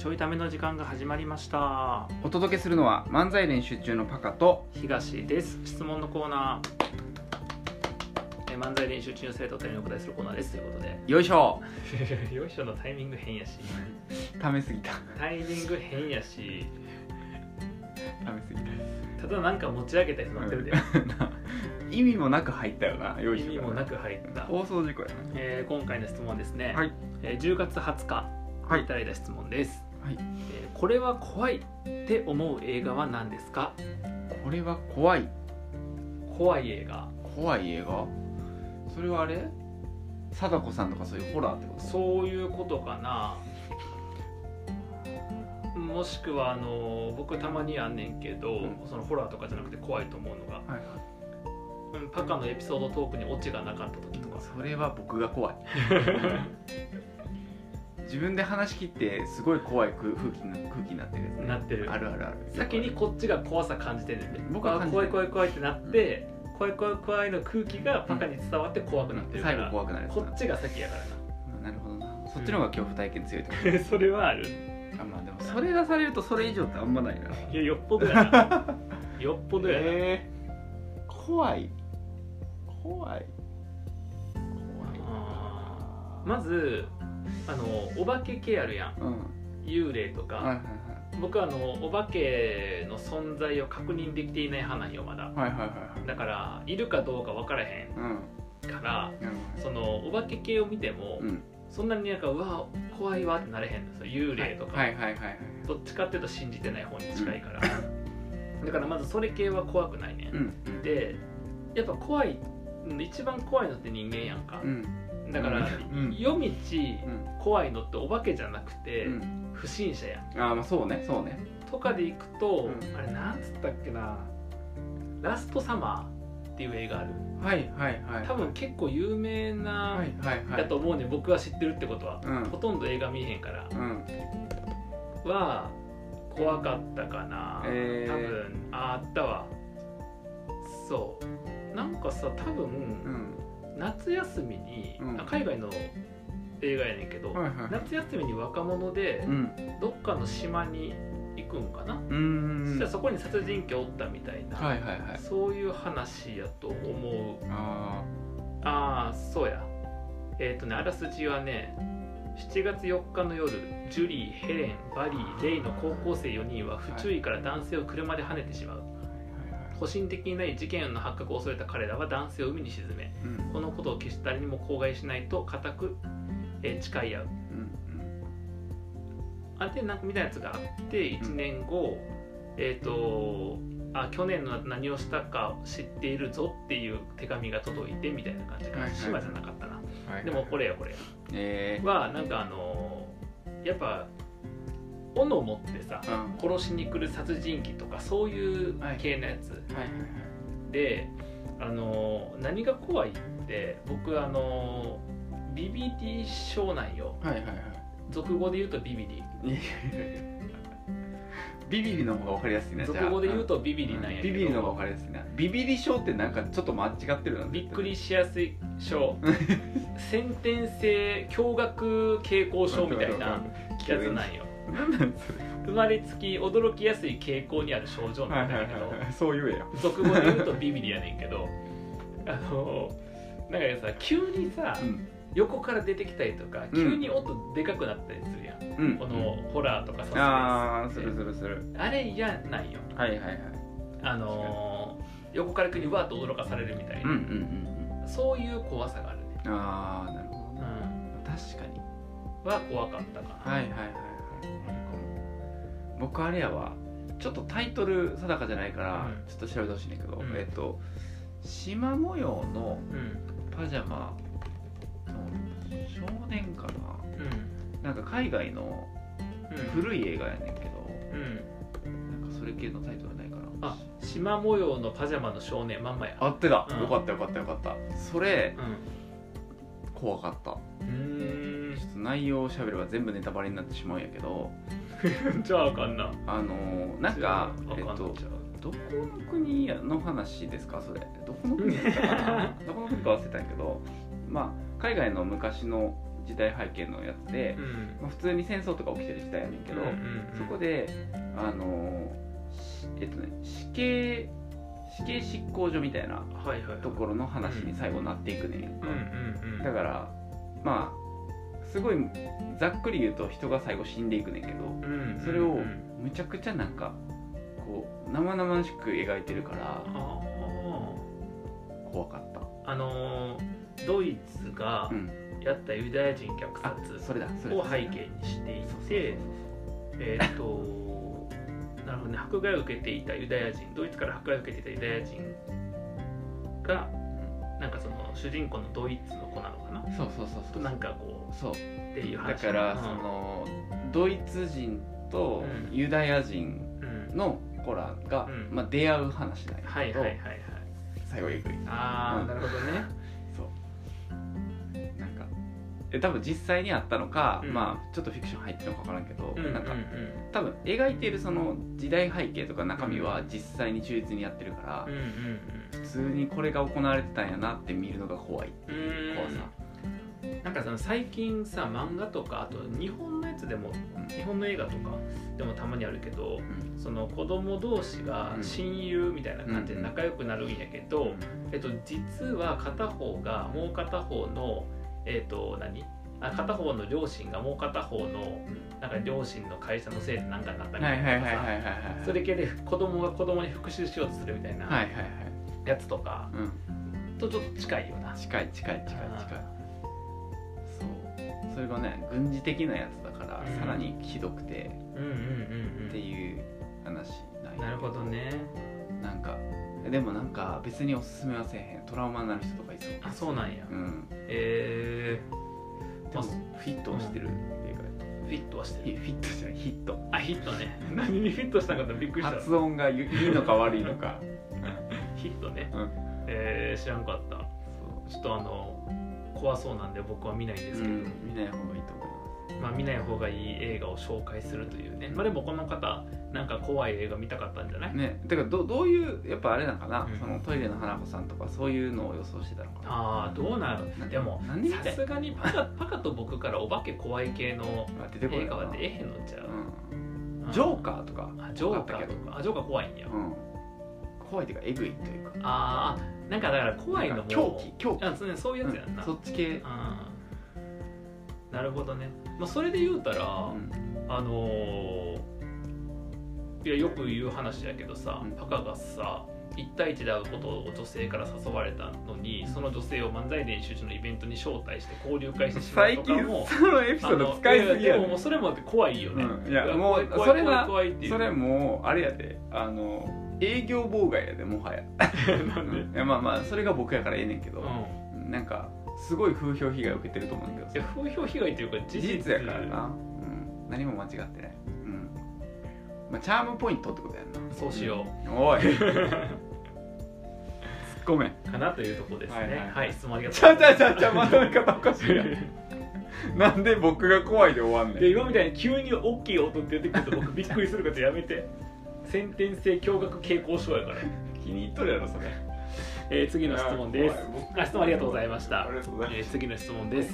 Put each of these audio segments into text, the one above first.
ちょいための時間が始まりました。 お届けするのは漫才練習中のパカと東です。質問のコーナー、漫才練習中の生徒たちにお答えするコーナーですということで、 よいしょよいしょのタイミング変やし、 ためすぎたタイミング変やし、 ためすぎた。 ただなんか持ち上げたやつなってるで、 意味もなく入ったよな。よいしょ意味もなく入った。 放送事故やな。 今回の質問はですね、 はい、 10月20日いただいた質問です。 はい、 これは怖いって思う映画は何ですか？ これは怖い映画。 怖い映画？それはあれ？貞子さんとかそういうホラーってこと？ そういうことかな。もしくは僕たまにあんねんけど、そのホラーとかじゃなくて怖いと思うのが、はいはい、パカのエピソードトークにオチがなかった時とか。 それは僕が怖い自分で話し切ってすごい怖い空気になってるやつね。 なってる。 あるあるある。 先にこっちが怖さ感じてるんで、 僕は怖いってなって、怖いの空気がパカに伝わって怖くなってるから、 最後怖くなる。 こっちが先やからな。なるほどな。そっちの方が恐怖体験強いってこと、 それはある。 まあでもそれ出されるとそれ以上ってあんまないな。 いや、よっぽどやなよっぽどやな。 怖いまずお化け系あるやん、幽霊とか、はいはいはい、僕はお化けの存在を確認できていない派なんよまだ、はいはいはい、だからいるかどうか分からへんから、そのお化け系を見ても、そんなになんかうわ怖いわってなれへんんですよ。幽霊とか、はいはいはいはい、どっちかっていうと信じてない方に近いから、だからまずそれ系は怖くないね、でやっぱ一番怖いのって人間やんか、だから、夜道怖いのってお化けじゃなくて、不審者やん。 まあそうねとかでいくと、あれなんつったっけな、ラストサマーっていう映画ある。 はいはいはい。 多分結構有名なだと思うね、僕は知ってるってことは、ほとんど映画見えへんから、は怖かったかな。多分あったわ。そうなんかさ、多分、夏休みに、海外の映画やねんけど、夏休みに若者でどっかの島に行くんかな、そしたらそこに殺人鬼おったみたいな、そういう話やと思う。そうや。あらすじはね、7月4日の夜、ジュリー、ヘレン、バリー、レイの高校生4人は不注意から男性を車で跳ねてしまう。保身的にない事件の発覚を恐れた彼らは男性を海に沈め、このことを決して誰にも口外しないと固く、誓い合う、でなんかみたいなやつがあって、1年後、去年の何をしたか知っているぞっていう手紙が届いてみたいな感じかな。島じゃなかったな、でもこれやはなんかやっぱ斧持ってさ、殺しに来る殺人鬼とかそういう系のやつ、で何が怖いって僕ビビリ症なんよ、俗語で言うとビビリビビリの方が分かりやすいね。 俗語で言うとビビリなんやけど、 ビビリの方が分かりやすいな。ビビリ症ってなんかちょっと間違ってるな。 びっくりしやすい症先天性驚愕傾向症みたいなやつなんよ生まれつき驚きやすい傾向にある症状なんだけど、 そういうや俗語で言うとビビリやねんけどなんかさ、急にさ、横から出てきたりとか、急に音でかくなったりするやん、このホラーとかサスペンスするあれ嫌なんよ。横から急にわーっと驚かされるみたいな、そういう怖さがあるね。 なるほどな、確かには怖かったかな。 僕あれやわ、ちょっとタイトル定かじゃないから、ちょっと調べてほしいんだけど、縞模様のパジャマの少年かな、なんか海外の古い映画やねんけど、なんかそれ系のタイトルないかな。 縞模様のパジャマの少年、まんまや。 合ってた、よかったそれ、怖かった。ちょっと内容を喋れば全部ネタバレになってしまうんやけどじゃああかんな。 なんかどこの国の話ですかそれ。どこの国だったかなどこの国か忘れたんやけど、まあ海外の昔の時代背景のやつで、まあ、普通に戦争とか起きてる時代やねんけど、そこで死刑執行所みたいなところの話に最後なっていくねんか。だからまあすごいざっくり言うと人が最後死んでいくねんけど、それをむちゃくちゃなんかこう生々しく描いてるから怖かった。 ドイツがやったユダヤ人虐殺を背景にしていて、なるほどね、迫害を受けていたユダヤ人、ドイツから迫害を受けていたユダヤ人がなんかその主人公のドイツの子なのかな、そうなんかこうっていう話だから、そのドイツ人とユダヤ人の子らが、まあ、出会う話なんやけど、最後えぐい。 なるほどね。 そうなんか多分実際にあったのか、まあちょっとフィクション入ってるのか分からんけど、なんか多分描いているその時代背景とか中身は実際に忠実にやってるから、普通にこれが行われてたんやなって見るのが怖いっていう怖さ。 なんかその最近さ、漫画とかあと日本のやつでも、日本の映画とかでもたまにあるけど、その子供同士が親友みたいな感じで仲良くなるんやけど、実は片方がもう片方の片方の両親がもう片方のなんか両親の会社のせいで何かになったみたいなさ、それ系で子供が子供に復讐しようとするみたいなやつとかとちょっと近いよな。 近い。それがね軍事的なやつだから、さらにひどくてっていう話なんやけど。 なるほどね。 なんかでもなんか別におすすめはせえへん。トラウマになる人とかいそう。 そうなんや。 でもフィットはしてる映画。 フィットはしてる。 フィットじゃない、ヒット。 ヒットね。何にフィットしたかとびっくりした。 発音がいいのか悪いのか。 ヒットね。知らんかった。ちょっと怖そうなんで僕は見ないんですけど、 見ない方がいいと思います。 まあ見ない方がいい映画を紹介するというね。まあでもこの方なんか怖い映画見たかったんじゃないね。だからどういうやっぱあれなんかな、そのトイレの花子さんとかそういうのを予想してたのかな。 どうなる。でもさすがにパカと僕からお化け怖い系の映画は出えへんのちゃう。 ジョーカーとか。 ジョーカー怖いんや。 怖いっていうかエグいというか。 なんかだから怖いのも狂気そういうやつやんな。 そっち系。 なるほどね。まあそれで言うたらいやよく言う話やけどさ、パカがさ1対1で会うことを女性から誘われたのに、その女性を漫才練習中のイベントに招待して交流会してしまうとかも、 最近そのエピソード使いすぎやね。 でもそれも怖いよね。 いやもうそれな、それもうあれやで、営業妨害やでもはや。なんで？いやまあそれが僕やからええねんけど、なんかすごい風評被害を受けてると思うんだけど。 風評被害というか事実やからな。何も間違ってない。まあ、チャームポイントってことやんな。 そうしよう。おい。ごめん。 かなというところですね。はい、質問ありがとう。 ちゃまとめ方おかしいな。なんで僕が怖いで終わんねん。 今みたいに急に大きい音って出てくると僕びっくりするからやめて。先天性驚愕傾向症やから。 気に入っとるやろそれ。 次の質問です。質問ありがとうございました。次の質問です。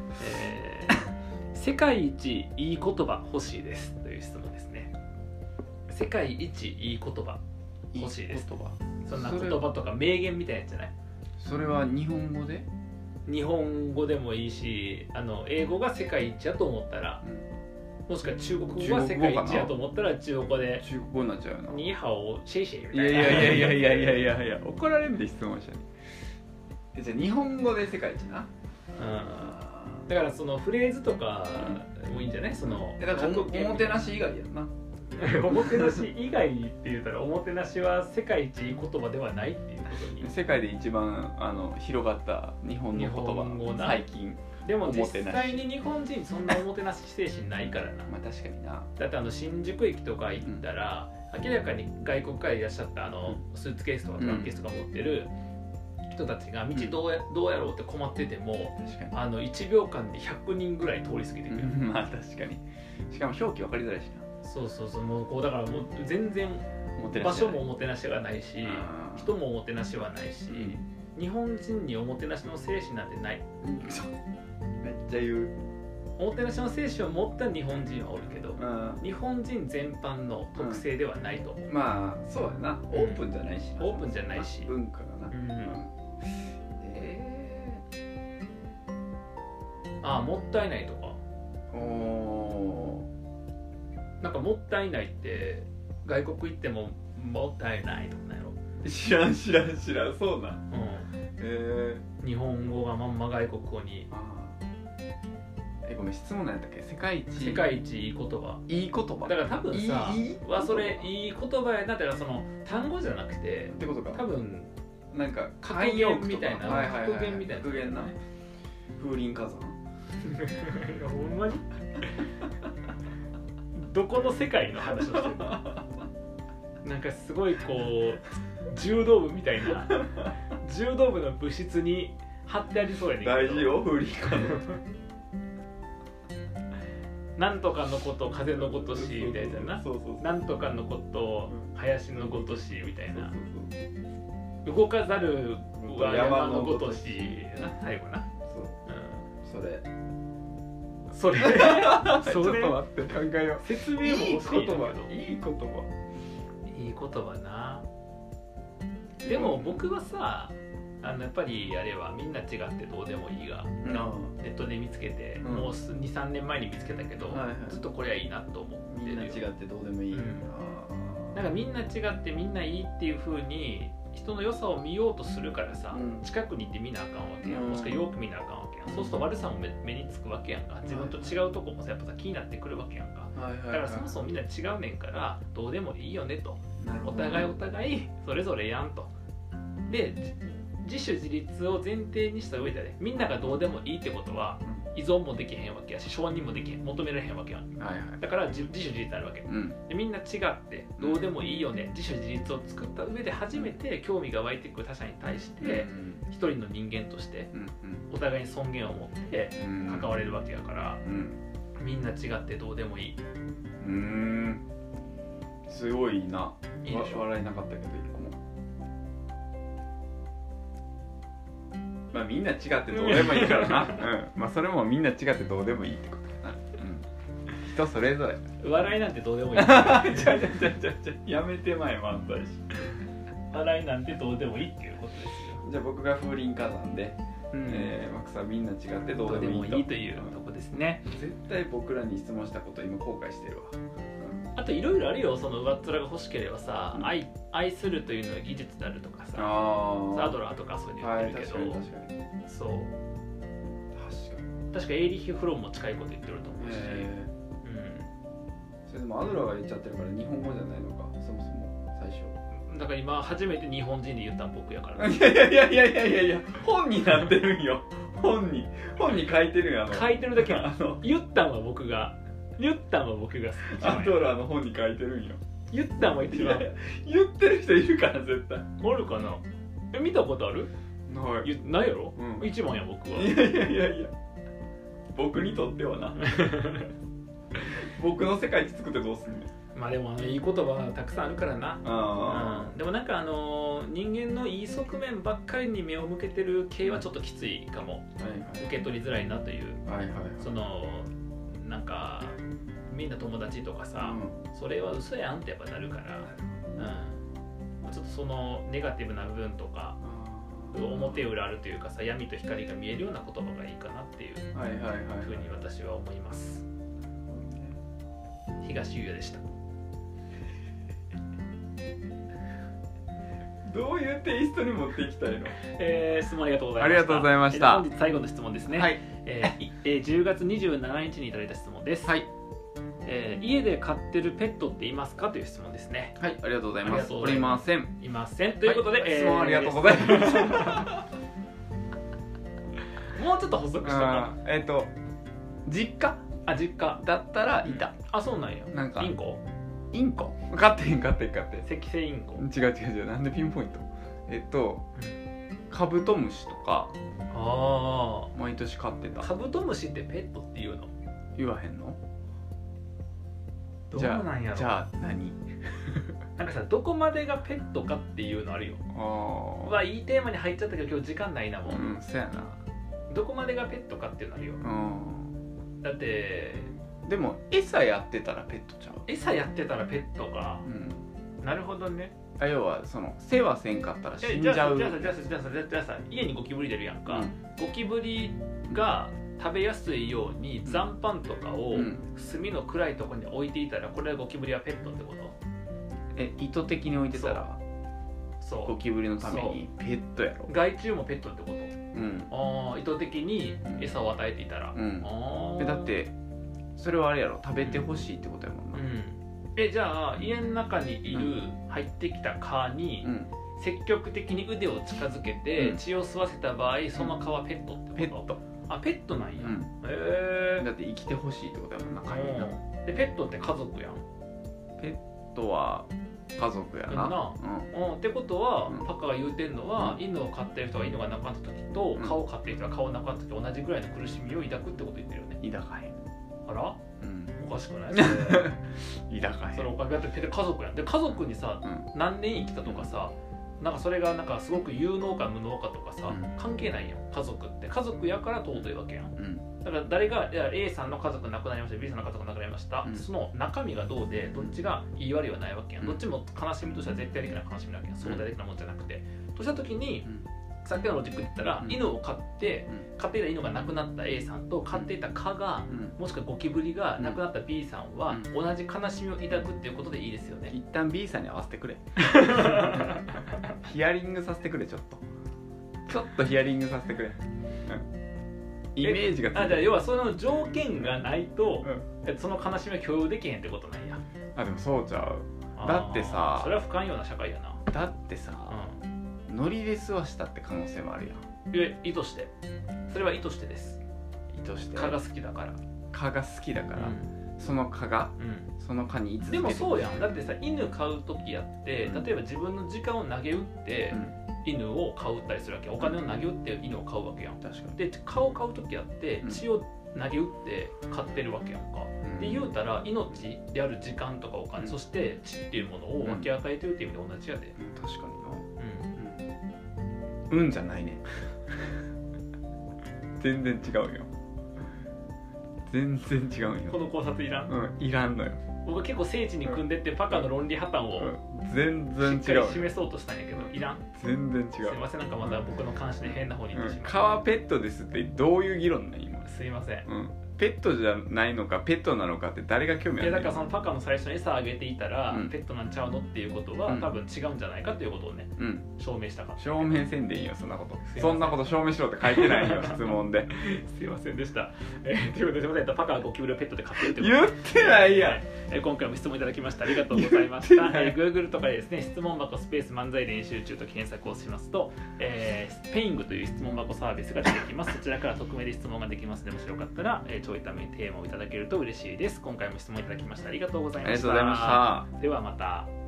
世界一いい言葉欲しいですという質問ですね。世界一いい言葉欲しいです。そんな言葉とか名言みたいなやつじゃない？ それは日本語で？ 日本語でもいいし、英語が世界一やと思ったら、もしくは中国語が世界一やと思ったら中国語で。 中国語になっちゃうよな。 ニーハオシェイシェイみたいな。いや怒られるんで質問者に。じゃあ日本語で世界一な。 だからそのフレーズとかもいいんじゃない？そのだからおもてなし以外やんな。 おもてなし以外って言ったらおもてなしは世界一いい言葉ではないっていうことに。 世界で一番広がった日本の言葉最近。 でも実際に日本人そんなおもてなし精神ないからな。 まあ確かにな。 だって新宿駅とか行ったら、明らかに外国からいらっしゃったスーツケースとかトランクケースとか持ってる人たちが道どうやろうって困ってても、1秒間で100人ぐらい通り過ぎてくる。 まあ確かに。しかも表記分かりづらいしな。 そうもうこうだからもう全然場所もおもてなしがないし、人もおもてなしはないし、日本人におもてなしの精神なんてない。 めっちゃ言う。 おもてなしの精神を持った日本人はおるけど、日本人全般の特性ではないと思う。 まあそうやな、オープンじゃないし、 オープンじゃないし文化がな。 もったいないとか。なんかもったいないって外国行ってももったいないとかなんやろ。 知らんそうな。 日本語がまんま外国語に。 ごめん、質問なんやったっけ？世界一いい言葉。 いい言葉だから多分さそれいい言葉やな。だからその単語じゃなくてってことか。 多分なんか格言みたいな。格言みたいな。 格言な。風林火山。 ほんまにどこの世界の話をしてるの？なんかすごいこう柔道部みたいな柔道部の部室に貼ってありそうやねんけど。 大事よ、風林火山。 なんとかのこと風のごとしみたいなな。なんとかのこと林のごとしみたいな。動かざるは山のごとしな。最後な。それちょっと待って考えよう。 説明も欲しい。 いい言葉な。でも僕はさやっぱりあれはみんな違ってどうでもいいが、ネットで見つけて、もう 2,3 年前に見つけたけど、ずっとこれはいいなと思ってるよ。 みんな違ってどうでもいい。 なんかみんな違ってみんないいっていう風に人の良さを見ようとするからさ、近くに行って見なあかんわけやん。もしくはよく見なあかんわけやん。そうすると悪さも目につくわけやんか。自分と違うとこもさやっぱさ気になってくるわけやんか。だからそもそもみんな違うねんからどうでもいいよねと。お互いそれぞれやんと。で自主自立を前提にした上でね、みんながどうでもいいってことは依存もできへんわけやし、承認もできへん、求められへんわけやん。だから自主自立になるわけ、でみんな違ってどうでもいいよね、自主自立を作った上で初めて興味が湧いてくる他者に対して一人の人間としてお互いに尊厳を持って関われるわけやから、みんな違ってどうでもいい。 すごいな。 いいでしょ。 笑えなかったけど一個も。まあみんな違ってどうでもいいからな。まあそれもみんな違ってどうでもいいってことだな。人それぞれ。 笑いなんてどうでもいい。 やめてまえ漫才師。 笑いなんてどうでもいいっていうことですよ。 じゃあ僕が風林火山で、マクさんみんな違ってどうでもいいというとこですね。 絶対僕らに質問したこと今後悔してるわ。 あといろいろあるよ。その上っ面が欲しければさ、愛するというのは技術であるとかさ、アドラーとかそういうの言ってるけど、そう確かエーリッヒ・フロンも近いこと言ってると思うし、 それでもアドラーが言っちゃってるから日本語じゃないのか、そもそも最初。 だから今初めて日本人で言ったの僕やから。 いや本になってるんよ。本に書いてるんや。 書いてるだけや言ったんは僕がアドラーの本に書いてるんよ。言ったんは一番言ってる人いるから絶対。 おるかな。見たことある？ないやろ、一番や僕は。 いや僕にとってはな。僕の世界に作ってどうすんねん。 まあでもいい言葉たくさんあるからな。でもなんか人間のいい側面ばっかりに目を向けてる系はちょっときついかも。受け取りづらいなという。そのなんかみんな友達とかさ、それは嘘やんってやっぱなるから、ちょっとそのネガティブな部分とか表裏あるというかさ、闇と光が見えるような言葉がいいかなっていうふうに私は思います。東優也でした。 どういうテイストに持っていきたいの？ 質問ありがとうございました。 ありがとうございました。 本日最後の質問ですね。10月27日にいただいた質問です。家で飼ってるペットっていますかという質問ですね。 はい、ありがとうございます。おりません。 いませんということで、 質問ありがとうございます。 もうちょっと補足したか。 実家だったらいた。 そうなんや。 なんかインコ飼って赤星インコ。 違うなんでピンポイント。カブトムシとか毎年飼ってた。 カブトムシってペットって言うの？ 言わへんの？ どうなんやろ。 じゃあ何？ なんかさ、どこまでがペットかっていうのあるよ。いいテーマに入っちゃったけど今日時間ないなもん。 そうやな。 どこまでがペットかっていうのあるよ。だってでも餌やってたらペットちゃう。 餌やってたらペットか、なるほどね。 要はその世話せんかったら死んじゃう。 じゃあさ家にゴキブリ出るやんか、ゴキブリが食べやすいように残飯とかを炭の暗いところに置いていたら、これはゴキブリはペットってこと？ 意図的に置いてたらゴキブリのためにペットやろ。 害虫もペットってこと？意図的に餌を与えていたら、 だってそれはあれやろ、食べてほしいってことやもんな。 じゃあ家の中にいる入ってきた蚊に積極的に腕を近づけて血を吸わせた場合、その蚊はペットってこと？ペットなんや。 だって生きてほしいってことやもんな、蚊にな。 でペットって家族やん。 ペットは家族やな。 ってことは、パカが言うてんのは、犬を飼ってる人が犬が亡くなった時と、蚊を飼ってる人が蚊を亡くなった時同じぐらいの苦しみを抱くってこと言ってるよね。 抱かへん。 あら、おかしくない？ 抱かへん。 それおかしくない。だって家族やん。で家族にさ、何年生きたとかさ、なんかそれがなんかすごく有能か無能かとかさ、関係ないやん。家族って家族やから尊いわけやん。だから誰が、いや A さんの家族亡くなりました、 B さんの家族亡くなりました、その中身がどうでどっちが言い悪いはないわけやん。どっちも悲しみとしては絶対的な悲しみなわけやん。相対的なもんじゃなくて、とした時に、さっきのロジックで言ったら、犬を飼って飼っていた犬が亡くなった A さんと飼っていた蚊が、もしくはゴキブリが亡くなった B さんは、同じ悲しみを抱くっていうことでいいですよね。 一旦 B さんに合わせてくれ。ヒアリングさせてくれ。ちょっとヒアリングさせてくれ。イメージがついてる。 じゃあ要はその条件がないと、その悲しみを共有できへんってことなんや。 でもそうちゃう。だってさ、 それは不寛容な社会やな。 だってさ、ノリで吸わしたって可能性もあるやん。 意図して。それは意図してです。 意図して。 蚊が好きだから。 蚊が好きだから、その蚊が、その蚊に居続けて。 でもそうやん。だってさ、犬飼う時やって、例えば自分の時間を投げ打って、犬を飼うったりするわけやん。お金を投げ打って犬を飼うわけやん。 確かに。 で蚊を飼う時やって血を投げ打って飼ってるわけやんか。で言うたら命である時間とかお金、そして血っていうものを分け与えてるっていう意味で同じやで。 確かにな。じゃないね。全然違うよ。全然違うよ。 この考察いらん？ いらんのよ。 僕は結構聖地に組んでってパカの論理破綻を全然違う。 しっかり示そうとしたんやけど、いらん？ 全然違う。 すいません、なんかまだ僕の監視で変な方に行ってしまう。 蚊はペットですってどういう議論なん今？ すいません。 ペットじゃないのかペットなのかって誰が興味あるの？ だからそのパカの最初に餌あげていたら、ペットなんちゃうのっていうことは、多分違うんじゃないかっていうことをね、証明したかった。 証明せんでいいよ、そんなこと。そんなこと証明しろって書いてないよ、質問で。 すいませんでした。ということで、すいません、パカはゴキブリをペットで飼ってるってこと言ってないやん。 今回も質問いただきました。ありがとうございました。Google とかでですね、質問箱スペース漫才練習中と検索をしますと、ペイングという質問箱サービスが出てきます。そちらから匿名で質問ができますので、もしよかったら、ちょいためにテーマをいただけると嬉しいです。今回も質問いただきました。ありがとうございました。 ありがとうございました。 ではまた。